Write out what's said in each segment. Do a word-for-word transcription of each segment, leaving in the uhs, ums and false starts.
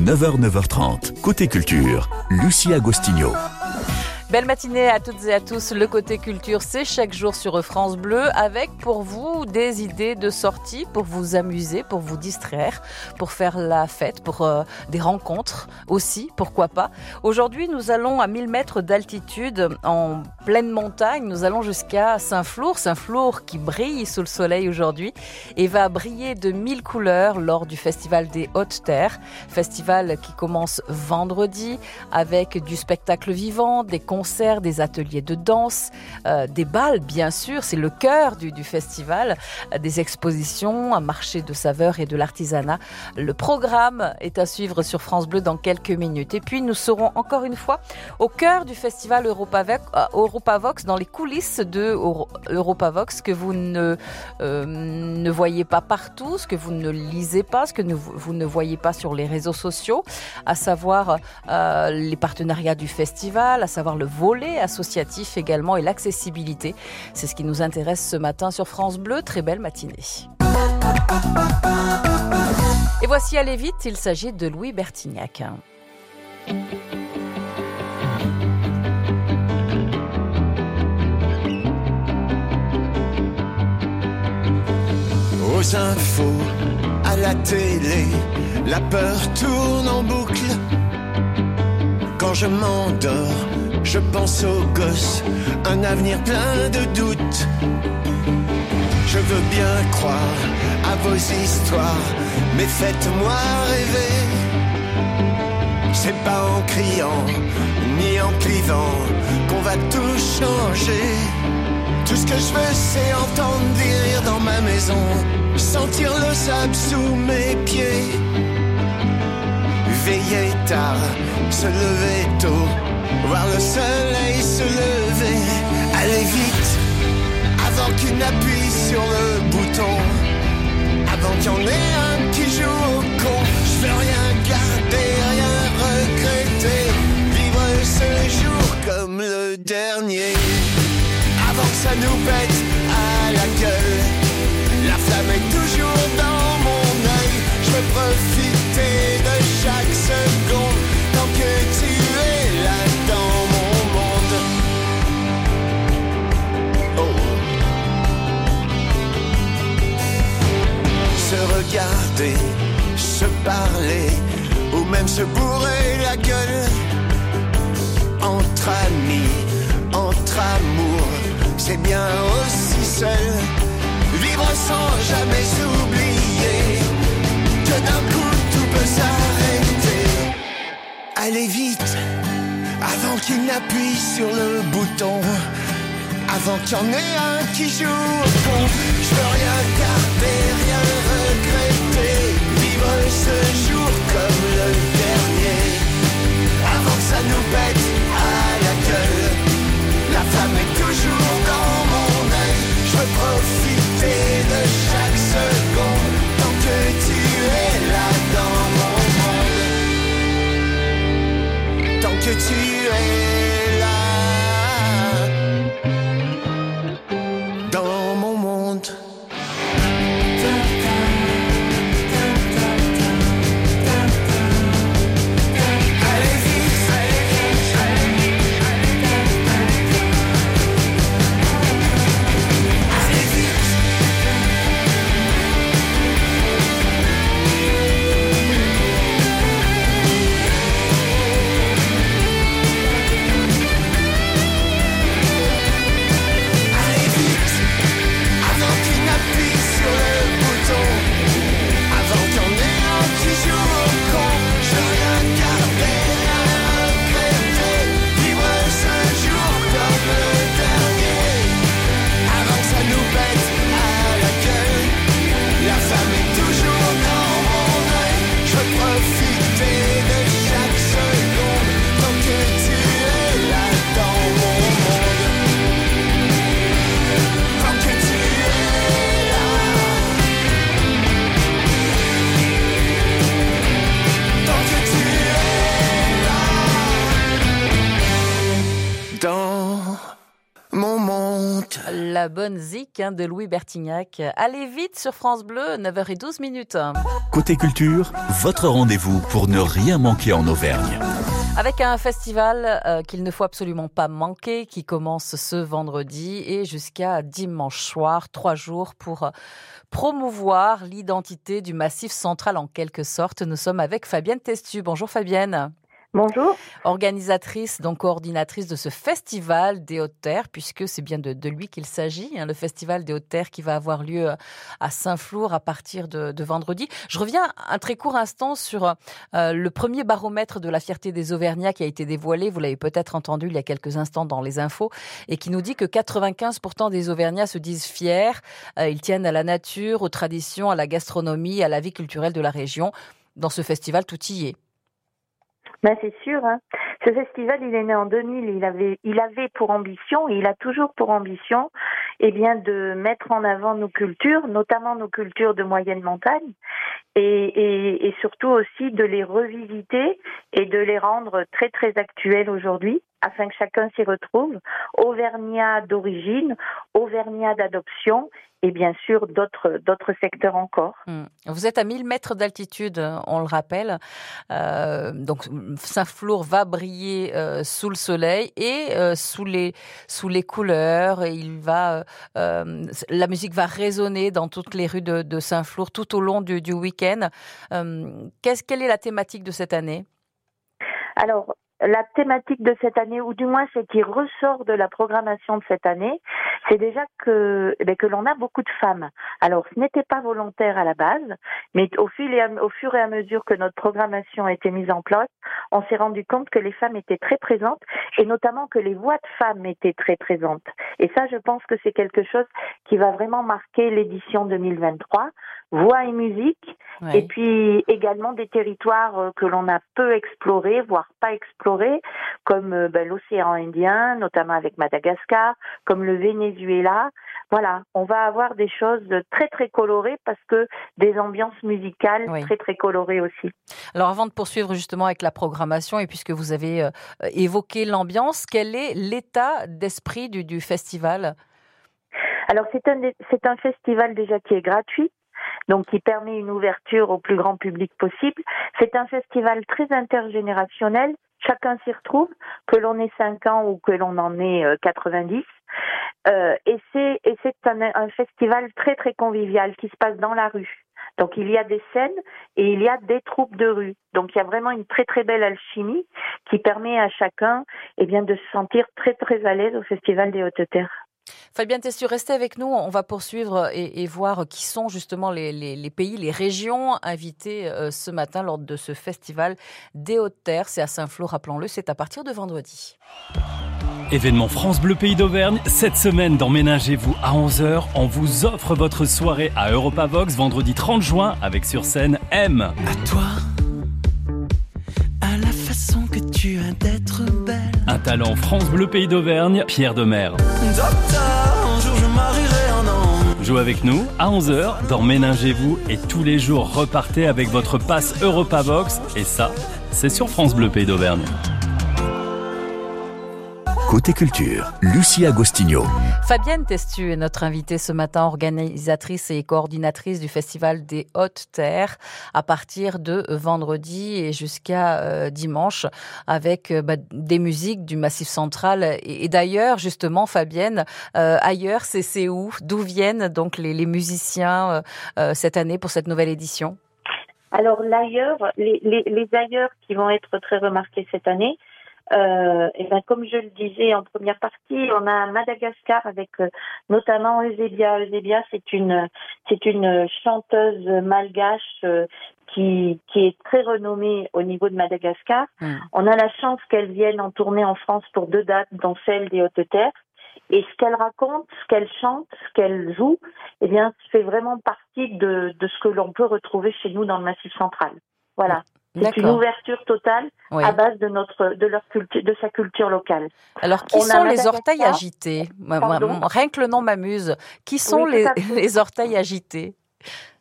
neuf heures neuf heures trente. Côté culture, Lucie Agostinho. Belle matinée à toutes et à tous. Le côté culture, c'est chaque jour sur France Bleu avec pour vous des idées de sortie pour vous amuser, pour vous distraire, pour faire la fête, pour euh, des rencontres aussi, pourquoi pas. Aujourd'hui, nous allons à mille mètres d'altitude en pleine montagne. Nous allons jusqu'à Saint-Flour. Saint-Flour qui brille sous le soleil aujourd'hui et va briller de mille couleurs lors du Festival des Hautes Terres. Festival qui commence vendredi avec du spectacle vivant, des concerts, des ateliers de danse, euh, des bals bien sûr, c'est le cœur du, du festival, euh, des expositions, un marché de saveurs et de l'artisanat. Le programme est à suivre sur France Bleu dans quelques minutes. Et puis nous serons encore une fois au cœur du festival Europavox, euh, Europavox dans les coulisses de Euro, Europavox que vous ne, euh, ne voyez pas partout, ce que vous ne lisez pas, ce que ne, vous ne voyez pas sur les réseaux sociaux, à savoir euh, les partenariats du festival, à savoir le volet associatif également et l'accessibilité. C'est ce qui nous intéresse ce matin sur France Bleu. Très belle matinée. Et voici Aller vite, il s'agit de Louis Bertignac. Aux infos, à la télé, la peur tourne en boucle. Quand je m'endors, je pense aux gosses, un avenir plein de doutes. Je veux bien croire à vos histoires, mais faites-moi rêver. C'est pas en criant, ni en clivant, qu'on va tout changer. Tout ce que je veux, c'est entendre des rires dans ma maison, sentir le sable sous mes pieds. Veiller tard, se lever tôt, voir le soleil se lever. Aller vite, avant qu'il n'appuie sur le bouton, avant qu'il y en ait un qui joue au con. Je veux rien garder, rien regretter, vivre ce jour comme le dernier. Avant que ça nous pète à la gueule, la flamme est toujours dans mon œil. Je veux profiter de chaque seconde, tant que tu es là dans mon monde. Oh. Se regarder, se parler, ou même se bourrer la gueule. Entre amis, entre amour, c'est bien aussi seul. Vivre sans jamais s'oublier que d'un coup tout peut s'arrêter. Allez vite, avant qu'il n'appuie sur le bouton, avant qu'il y en ait un qui joue au con. Je veux rien garder, rien regretter, vivre ce jour comme le dernier. Avant que ça nous pète à la gueule, la flamme est toujours dans mon œil. Je veux profiter de chaque seconde, tant que tu es là dans mon monde. Tant que tu es là dans mon monde. la bonne zik hein, de Louis Bertignac. Allez vite sur France Bleu, neuf heures douze minutes. Côté culture, votre rendez-vous pour ne rien manquer en Auvergne. Avec un festival euh, qu'il ne faut absolument pas manquer, qui commence ce vendredi et jusqu'à dimanche soir, trois jours pour euh, promouvoir l'identité du Massif central en quelque sorte. Nous sommes avec Fabienne Testu. Bonjour Fabienne. Bonjour. Organisatrice, donc coordinatrice de ce festival des Hautes-Terres, puisque c'est bien de, de lui qu'il s'agit, hein, le festival des Hautes-Terres qui va avoir lieu à Saint-Flour à partir de, de vendredi. Je reviens un très court instant sur euh, le premier baromètre de la fierté des Auvergnats qui a été dévoilé, vous l'avez peut-être entendu il y a quelques instants dans les infos, et qui nous dit que quatre-vingt-quinze pour cent des Auvergnats se disent fiers, euh, ils tiennent à la nature, aux traditions, à la gastronomie, à la vie culturelle de la région. Dans ce festival, tout y est. Ben c'est sûr. Hein. Ce festival, il est né en deux mille. Il avait, il avait pour ambition, et il a toujours pour ambition, eh bien, de mettre en avant nos cultures, notamment nos cultures de moyenne montagne, et, et, et surtout aussi de les revisiter et de les rendre très très actuelles aujourd'hui, afin que chacun s'y retrouve. Auvergnat d'origine, Auvergnat d'adoption, et bien sûr d'autres d'autres secteurs encore. Vous êtes à mille mètres d'altitude, on le rappelle. Euh, donc Saint-Flour va briller euh, sous le soleil et euh, sous les sous les couleurs. Il va, euh, la musique va résonner dans toutes les rues de, de Saint-Flour tout au long du, du week-end. Euh, qu'est-ce, quelle est la thématique de cette année ? Alors, la thématique de cette année, ou du moins ce qui ressort de la programmation de cette année, c'est déjà que, eh bien, que l'on a beaucoup de femmes. Alors, ce n'était pas volontaire à la base, mais au, fil et à, au fur et à mesure que notre programmation a été mise en place, on s'est rendu compte que les femmes étaient très présentes, et notamment que les voix de femmes étaient très présentes. Et ça, je pense que c'est quelque chose qui va vraiment marquer l'édition deux mille vingt-trois. Voix et musique, ouais. Et puis également des territoires que l'on a peu explorés, voire pas explorés, comme ben, l'océan Indien, notamment avec Madagascar, comme le Venezuela. Voilà, on va avoir des choses très très colorées parce que des ambiances musicales oui. très très colorées aussi. Alors avant de poursuivre justement avec la programmation, et puisque vous avez euh, évoqué l'ambiance, quel est l'état d'esprit du, du festival ? Alors c'est un, c'est un festival déjà qui est gratuit, donc qui permet une ouverture au plus grand public possible. C'est un festival très intergénérationnel, chacun s'y retrouve, que l'on ait cinq ans ou que l'on en ait euh, quatre-vingt-dix. Euh, et c'est, et c'est un, un festival très très convivial qui se passe dans la rue. Donc il y a des scènes et il y a des troupes de rue. Donc il y a vraiment une très très belle alchimie qui permet à chacun eh bien, de se sentir très très à l'aise au Festival des Hautes-Terres. Fabienne Testu, restez avec nous. On va poursuivre et, et voir qui sont justement les, les, les pays, les régions invitées euh, ce matin lors de ce festival des Hautes-Terres. C'est à Saint-Flour, rappelons-le, c'est à partir de vendredi. Événement France Bleu Pays d'Auvergne, cette semaine dans Ménagez-vous à onze heures, on vous offre votre soirée à Europavox vendredi trente juin avec sur scène M. À toi, à la façon que tu as d'être belle. Un talent France Bleu Pays d'Auvergne, Pierre Demer. Docteur, un jour je marierai un homme. Jouez avec nous à onze heures dans Ménagez-vous et tous les jours repartez avec votre passe Europavox. Et ça, c'est sur France Bleu Pays d'Auvergne. Côté culture, Lucie Agostinho. Fabienne Testu est notre invitée ce matin, organisatrice et coordinatrice du Festival des Hautes-Terres à partir de vendredi et jusqu'à euh, dimanche avec euh, bah, des musiques du Massif central. Et, et d'ailleurs, justement, Fabienne, euh, ailleurs, c'est, c'est où ? D'où viennent donc les, les musiciens euh, euh, cette année pour cette nouvelle édition ? Alors l'ailleurs, les, les, les ailleurs qui vont être très remarqués cette année, Euh, et ben comme je le disais en première partie, on a Madagascar avec euh, notamment Eusebia. Eusebia, c'est une c'est une chanteuse malgache euh, qui qui est très renommée au niveau de Madagascar. Mmh. On a la chance qu'elle vienne en tournée en France pour deux dates, dont celle des Hautes-Terres. Et ce qu'elle raconte, ce qu'elle chante, ce qu'elle joue, eh bien, fait vraiment partie de de ce que l'on peut retrouver chez nous dans le Massif central. Voilà. Mmh. C'est D'accord. Une ouverture totale oui. à base de notre, de leur culture, de sa culture locale. Alors, qui On sont les orteils agités ? Moi, rien que le nom m'amuse. Qui sont oui, les, les orteils agités ?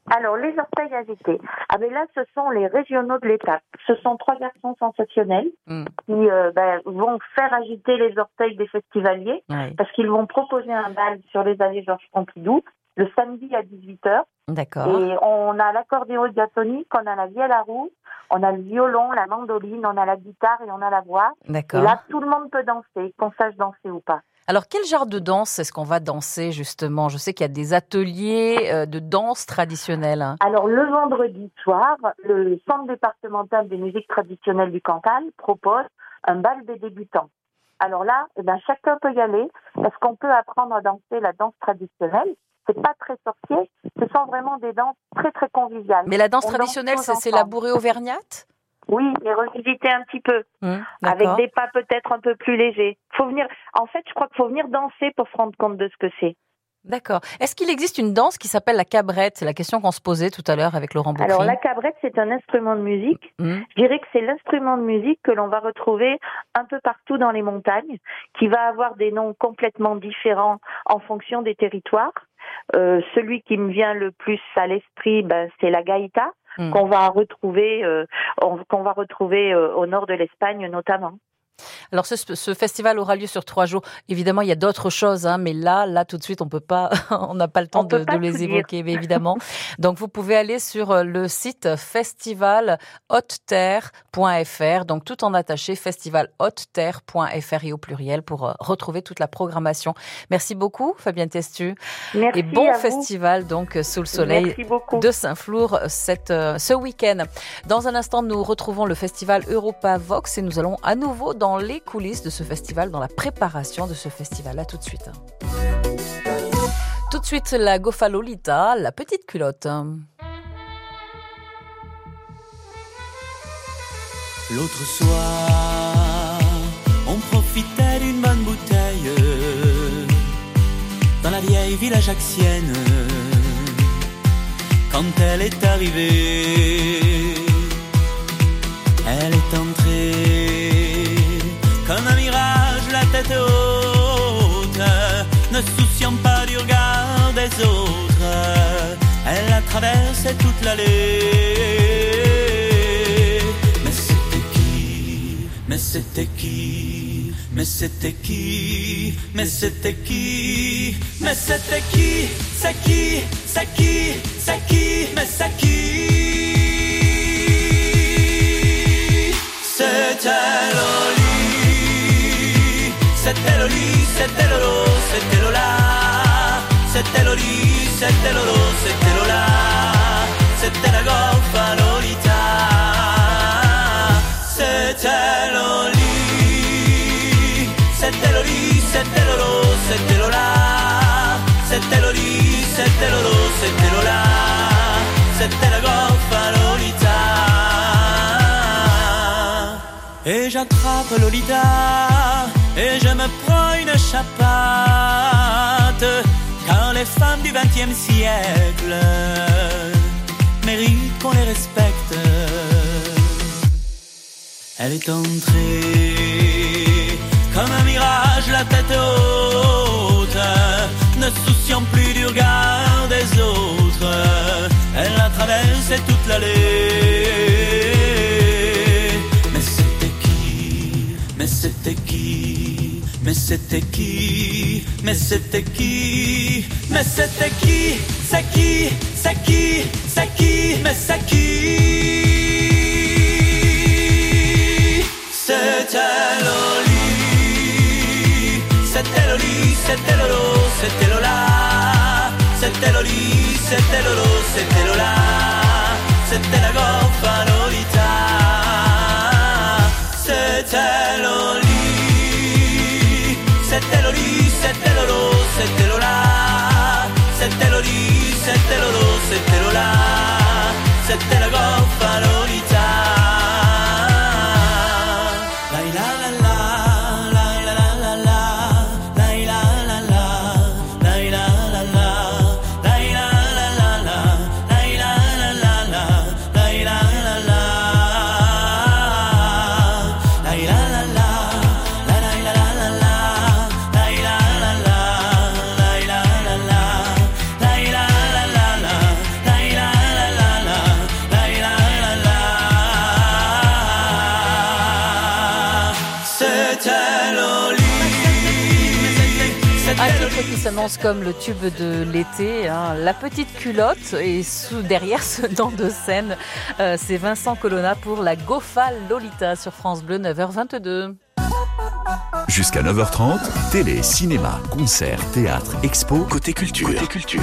Alors, les orteils agités. Ah ben là, ce sont les régionaux de l'étape. Ce sont trois garçons sensationnels mm. qui euh, ben, vont faire agiter les orteils des festivaliers oui. parce qu'ils vont proposer un bal sur les allées Georges Pompidou le samedi à dix-huit heures. D'accord. Et on a l'accordéon diatonique, on a la vielle à roue, on a le violon, la mandoline, on a la guitare et on a la voix. D'accord. Et là, tout le monde peut danser, qu'on sache danser ou pas. Alors, quel genre de danse est-ce qu'on va danser, justement ? Je sais qu'il y a des ateliers euh, de danse traditionnelle. Alors, le vendredi soir, le Centre départemental des musiques traditionnelles du Cantal propose un bal des débutants. Alors là, eh ben, chacun peut y aller. Est-ce qu'on peut apprendre à danser la danse traditionnelle ? C'est pas très sorcier, ce sont vraiment des danses très, très conviviales. Mais la danse On traditionnelle, danse c'est, c'est la bourrée auvergnate ? Oui, et revisiter un petit peu, mmh, avec des pas peut-être un peu plus légers. Faut venir. En fait, je crois qu'il faut venir danser pour se rendre compte de ce que c'est. D'accord. Est-ce qu'il existe une danse qui s'appelle la cabrette ? C'est la question qu'on se posait tout à l'heure avec Laurent Boukry. Alors, la cabrette, c'est un instrument de musique. Mmh. Je dirais que c'est l'instrument de musique que l'on va retrouver un peu partout dans les montagnes, qui va avoir des noms complètement différents en fonction des territoires. Euh, celui qui me vient le plus à l'esprit, ben, c'est la gaïta. Mmh. qu'on va retrouver, euh, qu'on va retrouver euh, au nord de l'Espagne notamment. Alors ce, ce festival aura lieu sur trois jours. Évidemment, il y a d'autres choses, hein, mais là, là tout de suite, on peut pas, on n'a pas le temps de, de les évoquer, mais évidemment. Donc vous pouvez aller sur le site festival haute terre point f r, donc tout en attaché, festival haute terre point f r et au pluriel pour euh, retrouver toute la programmation. Merci beaucoup, Fabienne Testu. Merci et bon à festival vous. donc sous le soleil de Saint-Flour cette euh, ce week-end. Dans un instant, nous retrouvons le festival Europa Vox et nous allons à nouveau dans les coulisses de ce festival, dans la préparation de ce festival. À tout de suite. Tout de suite, la Gofa Lolita, la petite culotte. L'autre soir, on profitait d'une bonne bouteille dans la vieille ville ajaxienne. Quand elle est arrivée, elle est entrée comme un mirage, la tête haute, ne souciant pas du regard des autres. Elle a traversé toute l'allée. Mais c'était qui? Mais c'était qui? Mais c'était qui? Mais c'était qui? Mais c'était qui? C'est qui? C'est qui? C'est qui? Mais c'est qui? C'était Loli. C'était Loli, c'était Lolo, c'était Lola. C'était Loli, c'était Lolo, c'était Lola. C'était la Gofa Lolita. C'était Loli. C'était Loli, c'était Lolo, c'était Lola. C'était Loli, c'était Lolo, c'était Lola. C'était la Gofa Lolita. Et j'attrape Lolita et je me prends une chapate, car les femmes du vingtième siècle méritent qu'on les respecte. Elle est entrée comme un mirage, la tête haute, ne souciant plus du regard des autres. Elle a traversé toute l'allée. Mais c'était qui? Mais c'était qui? Mais c'était qui? Mais c'était qui? Mais c'était qui? C'est qui? C'est qui? C'est qui? Mais c'est qui? C'était Loli. C'était Loli, c'était Lolo, c'était Lola. C'était Loli, c'était Lolo, c'était Lola. C'était la Gofa Lolita. C'était Loli. C'était Loli, c'était Lolo, c'était Lola. C'était Loli, c'était Lolo, c'était Lola. C'était la Gofa Lolita. La qui s'annonce comme le tube de l'été, hein, La Petite Culotte, et sous, derrière ce nom de scène, euh, c'est Vincent Colonna pour la Gofa Lolita sur France Bleu, neuf heures vingt-deux. Jusqu'à neuf heures trente, télé, cinéma, concerts, théâtre, expo, côté culture. Côté culture.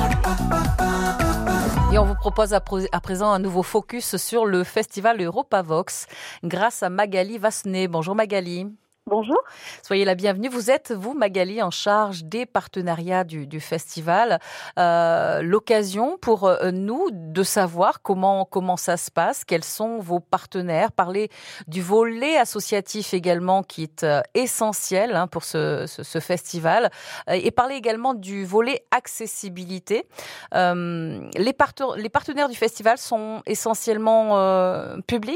Et on vous propose à, pro- à présent un nouveau focus sur le festival Europavox grâce à Magali Vassenet. Bonjour Magali. Bonjour. Soyez la bienvenue. Vous êtes, vous, Magali, en charge des partenariats du, du festival. Euh, l'occasion pour euh, nous de savoir comment, comment ça se passe, quels sont vos partenaires. Parler du volet associatif également qui est euh, essentiel hein, pour ce, ce, ce festival. Euh, et parler également du volet accessibilité. Euh, les, parte- les partenaires du festival sont essentiellement euh, publics ?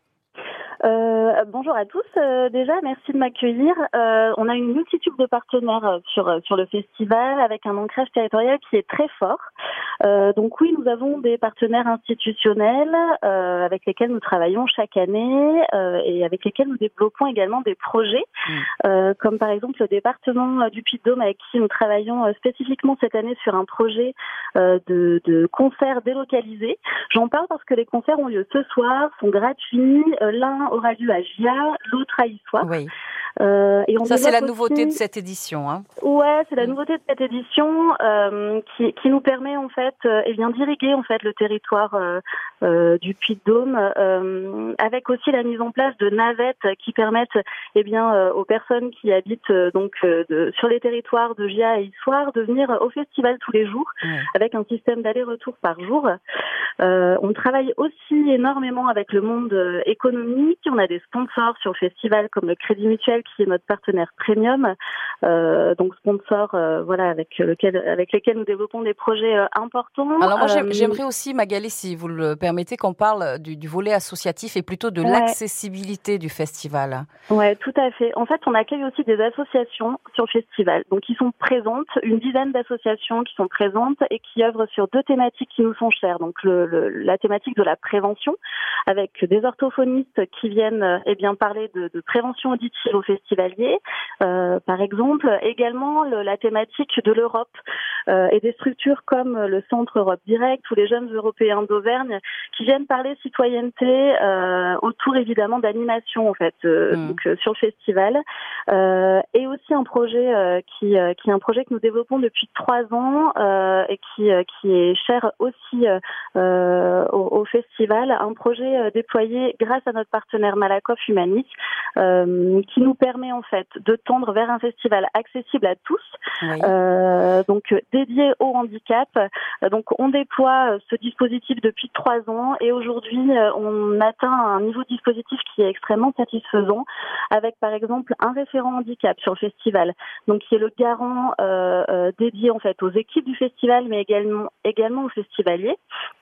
Euh, bonjour à tous. Euh, déjà, merci de m'accueillir. Euh, on a une multitude de partenaires sur sur le festival avec un ancrage territorial qui est très fort. Euh, donc oui, nous avons des partenaires institutionnels euh, avec lesquels nous travaillons chaque année euh, et avec lesquels nous développons également des projets, mmh. euh, comme par exemple le département du Puy-de-Dôme avec qui nous travaillons euh, spécifiquement cette année sur un projet euh, de, de concerts délocalisés. J'en parle parce que les concerts ont lieu ce soir, sont gratuits. Euh, l'un aura lieu à Gia, l'autre à Issoire. Oui. Euh, et on Ça, c'est la aussi... nouveauté de cette édition. Hein. Ouais, c'est la nouveauté de cette édition euh, qui, qui nous permet en fait, euh, eh bien, d'irriguer en fait le territoire euh, euh, du Puy-de-Dôme, euh, avec aussi la mise en place de navettes qui permettent, eh bien, euh, aux personnes qui habitent euh, donc euh, de, sur les territoires de Gia et Issoire de venir au festival tous les jours, ouais. avec un système d'aller-retour par jour. Euh, on travaille aussi énormément avec le monde euh, économique. On a des sponsors sur le festival comme le Crédit Mutuel qui est notre partenaire premium, euh, donc sponsor, euh, voilà, avec lequel, avec lesquels nous développons des projets euh, importants. Alors moi, euh, j'aimerais aussi, Magali, si vous le permettez, qu'on parle du, du volet associatif et plutôt de ouais. l'accessibilité du festival. Ouais, tout à fait. En fait, on accueille aussi des associations sur le festival, donc qui sont présentes, une dizaine d'associations qui sont présentes et qui œuvrent sur deux thématiques qui nous sont chères. Donc le, le, la thématique de la prévention, avec des orthophonistes qui viennent, eh bien, parler de, de prévention auditive au festivalier, euh, par exemple. Également le, la thématique de l'Europe euh, et des structures comme le Centre Europe Direct ou les Jeunes Européens d'Auvergne qui viennent parler citoyenneté euh, autour évidemment d'animation en fait euh, mmh. donc euh, sur le festival euh, et aussi un projet euh, qui euh, qui est un projet que nous développons depuis trois ans euh, et qui euh, qui est cher aussi euh, au, au festival, un projet euh, déployé grâce à notre partenaire Malakoff Humanis euh, qui nous permet en fait de tendre vers un festival accessible à tous, oui. euh, donc dédié au handicap. Donc on déploie ce dispositif depuis trois ans et aujourd'hui on atteint un niveau de dispositif qui est extrêmement satisfaisant avec par exemple un référent handicap sur le festival, donc qui est le garant euh, euh, dédié en fait aux équipes du festival mais également également aux festivaliers.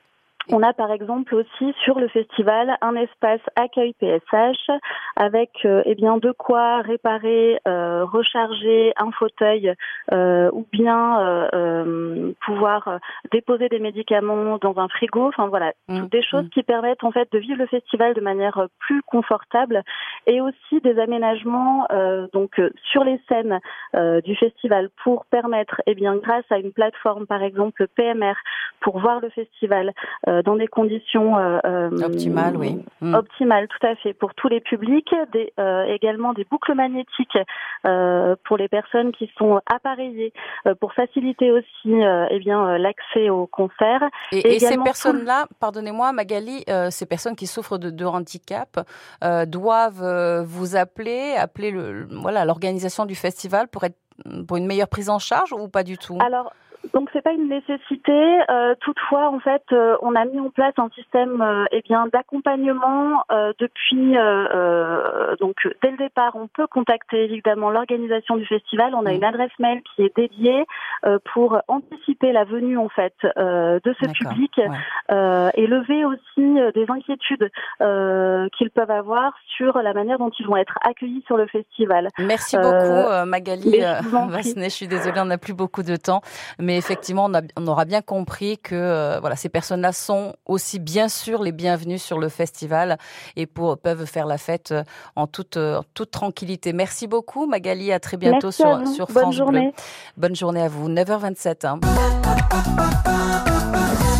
On a par exemple aussi sur le festival un espace accueil P S H avec euh, eh bien de quoi réparer, euh, recharger un fauteuil euh, ou bien euh, euh, pouvoir déposer des médicaments dans un frigo. Enfin voilà, mmh. des choses mmh. qui permettent en fait de vivre le festival de manière plus confortable et aussi des aménagements euh, donc sur les scènes euh, du festival pour permettre eh bien grâce à une plateforme par exemple P M R pour voir le festival euh, dans des conditions euh, optimales, oui. Mmh. Optimales, tout à fait, pour tous les publics. Des, euh, également des boucles magnétiques euh, pour les personnes qui sont appareillées euh, pour faciliter aussi euh, eh bien, l'accès au concert. Et, et, et ces personnes-là, tout... pardonnez-moi Magali, euh, ces personnes qui souffrent de, de handicap euh, doivent euh, vous appeler, appeler le, voilà, l'organisation du festival pour, être, pour une meilleure prise en charge ou pas du tout ? Alors, donc c'est pas une nécessité. Euh, toutefois, en fait, euh, on a mis en place un système, euh, eh bien, d'accompagnement euh, depuis. Euh, euh, donc dès le départ, on peut contacter évidemment l'organisation du festival. On a une adresse mail qui est dédiée euh, pour anticiper la venue en fait euh, de ce D'accord. public ouais. euh, et lever aussi euh, des inquiétudes euh, qu'ils peuvent avoir sur la manière dont ils vont être accueillis sur le festival. Merci euh, beaucoup, Magali Vassenet. Je suis désolée, on n'a plus beaucoup de temps. Mais Mais effectivement, on, a, on aura bien compris que euh, voilà, ces personnes-là sont aussi bien sûr les bienvenues sur le festival et pour, peuvent faire la fête en toute, en toute tranquillité. Merci beaucoup Magali, à très bientôt Merci sur, sur France Bonne journée. Bleu. Bonne journée à vous, neuf heures vingt-sept. Hein.